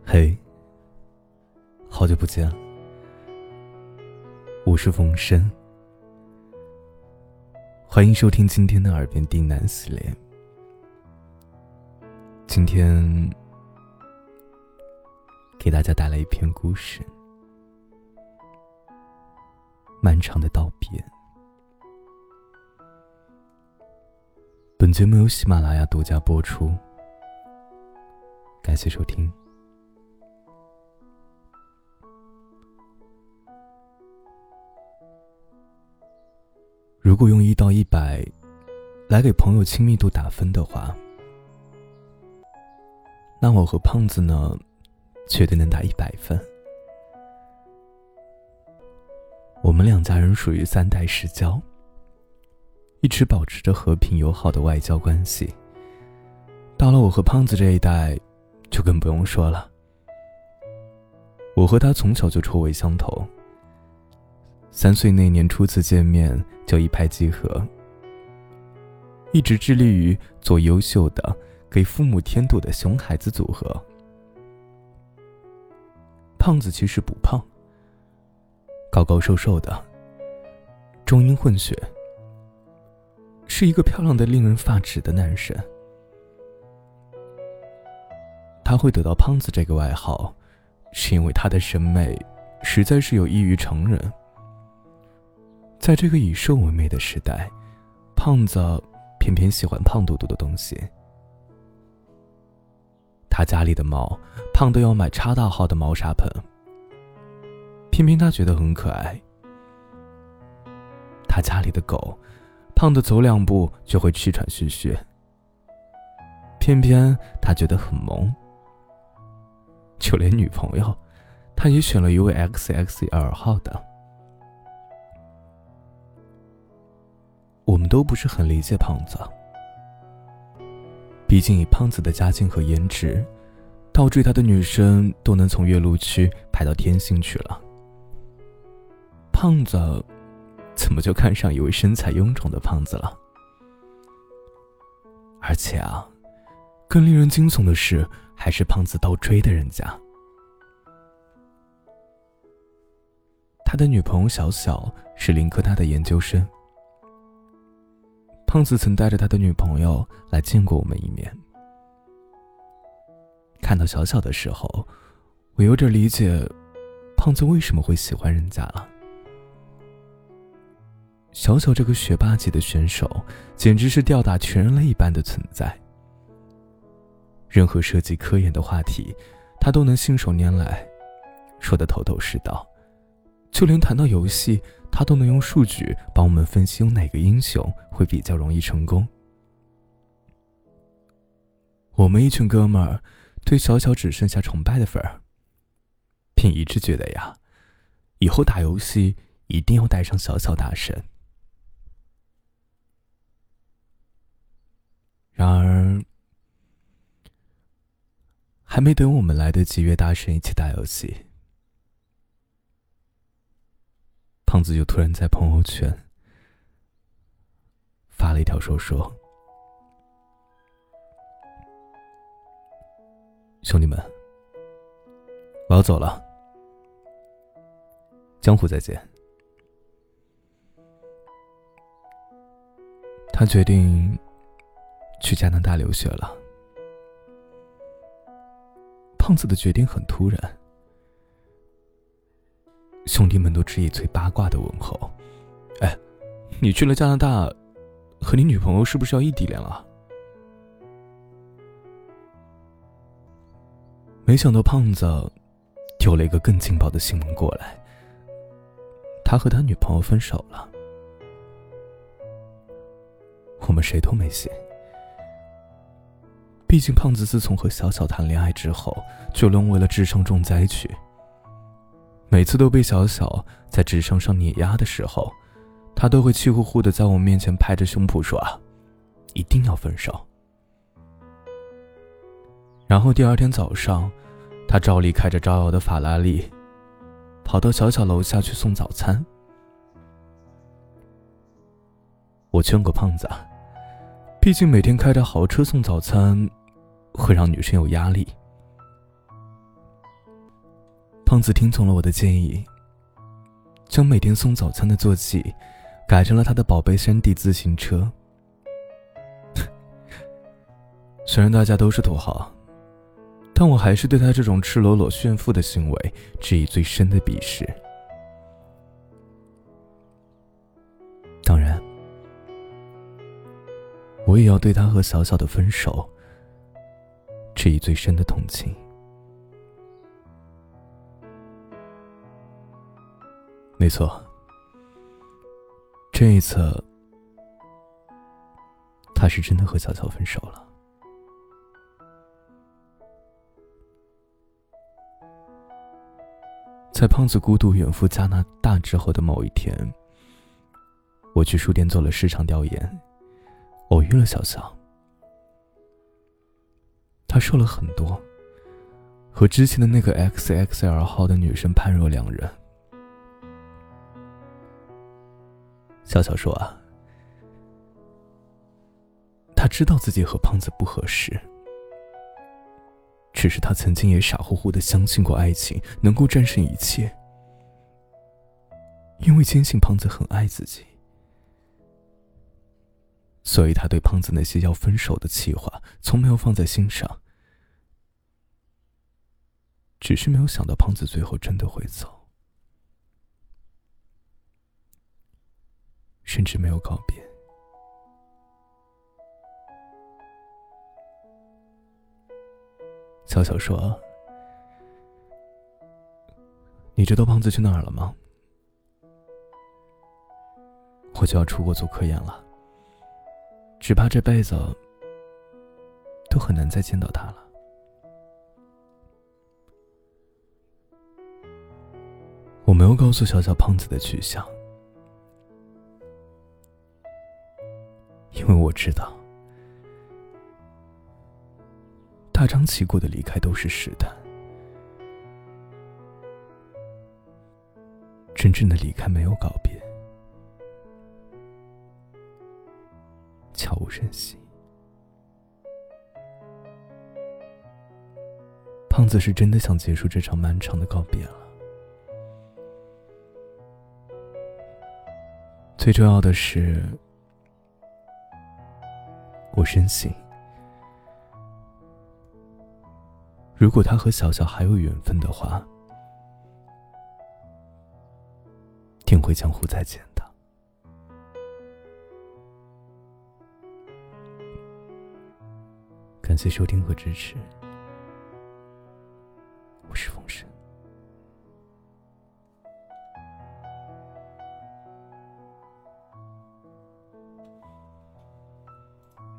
嘿，好久不见，我是冯生，欢迎收听今天的耳边低喃系列。今天给大家带来一篇故事，漫长的道别。本节目由喜马拉雅独家播出，感谢收听。如果用1到100来给朋友亲密度打分的话，那我和胖子呢，绝对能打100分。我们两家人属于3代世交，一直保持着和平友好的外交关系。到了我和胖子这一代，就更不用说了。我和他从小就臭味相投，3岁那年初次见面就一拍即合，一直致力于做优秀的给父母添堵的熊孩子组合。胖子其实不胖，高高瘦瘦的，中英混血，是一个漂亮的令人发指的男生。他会得到胖子这个外号，是因为他的审美实在是有异于常人。在这个以瘦为美的时代，胖子偏偏喜欢胖嘟嘟的东西。他家里的猫胖得要买超大号的猫砂盆，偏偏他觉得很可爱。他家里的狗胖得走2步就会气喘吁吁，偏偏他觉得很萌。就连女朋友，他也选了一位 XXL 号的。我们都不是很理解胖子，毕竟以胖子的家境和颜值，倒追他的女生都能从岳麓区排到天星去了。胖子怎么就看上一位身材臃肿的胖子了？而且更令人惊悚的是，还是胖子倒追的人家。他的女朋友小小是林科大的研究生。胖子曾带着他的女朋友来见过我们一面。看到小小的时候，我有点理解胖子为什么会喜欢人家了。小小这个学霸级的选手，简直是吊打全人类一般的存在。任何涉及科研的话题，他都能信手拈来，说得头头是道。就连谈到游戏，他都能用数据帮我们分析用哪个英雄会比较容易成功。我们一群哥们儿对小小只剩下崇拜的份儿，并一致觉得以后打游戏一定要带上小小大神。然而还没等我们来得及约大神一起打游戏，胖子就突然在朋友圈发了一条说兄弟们，我要走了，江湖再见。他决定去加拿大留学了。胖子的决定很突然，兄弟们都致以最八卦的问候。你去了加拿大，和你女朋友是不是要异地恋了？没想到胖子丢了一个更劲爆的新闻过来，他和他女朋友分手了。我们谁都没信，毕竟胖子自从和小小谈恋爱之后，就沦为了智商重灾区。每次都被小小在智商上碾压的时候，他都会气呼呼地在我面前拍着胸脯说一定要分手。然后第2天早上，他照例开着招摇的法拉利，跑到小小楼下去送早餐。我劝过胖子，毕竟每天开着豪车送早餐会让女生有压力。 胖子听从了我的建议，将每天送早餐的坐骑改成了他的宝贝山地自行车。虽然大家都是土豪，但我还是对他这种赤裸裸炫富的行为致以最深的鄙视。当然，我也要对他和小小的分手致以最深的同情。没错，这一次他是真的和小乔分手了。在胖子孤独远赴加拿大之后的某一天，我去书店做了市场调研，偶遇了小乔。她瘦了很多，和之前的那个 XXL 号的女生判若两人。小乔说啊，她知道自己和胖子不合适，只是她曾经也傻乎乎地相信过爱情能够战胜一切，因为坚信胖子很爱自己，所以她对胖子那些要分手的气话从没有放在心上，只是没有想到胖子最后真的会走，甚至没有告别。小小说，你知道胖子去哪儿了吗？我就要出国做科研了，只怕这辈子都很难再见到他了。我没有告诉小小胖子的去向，因为我知道大张旗鼓的离开都是试探，真正的离开没有告别，悄无声息。胖子是真的想结束这场漫长的告别了。最重要的是，我深信，如果他和小小还有缘分的话，定会江湖再见的。感谢收听和支持，我是风神。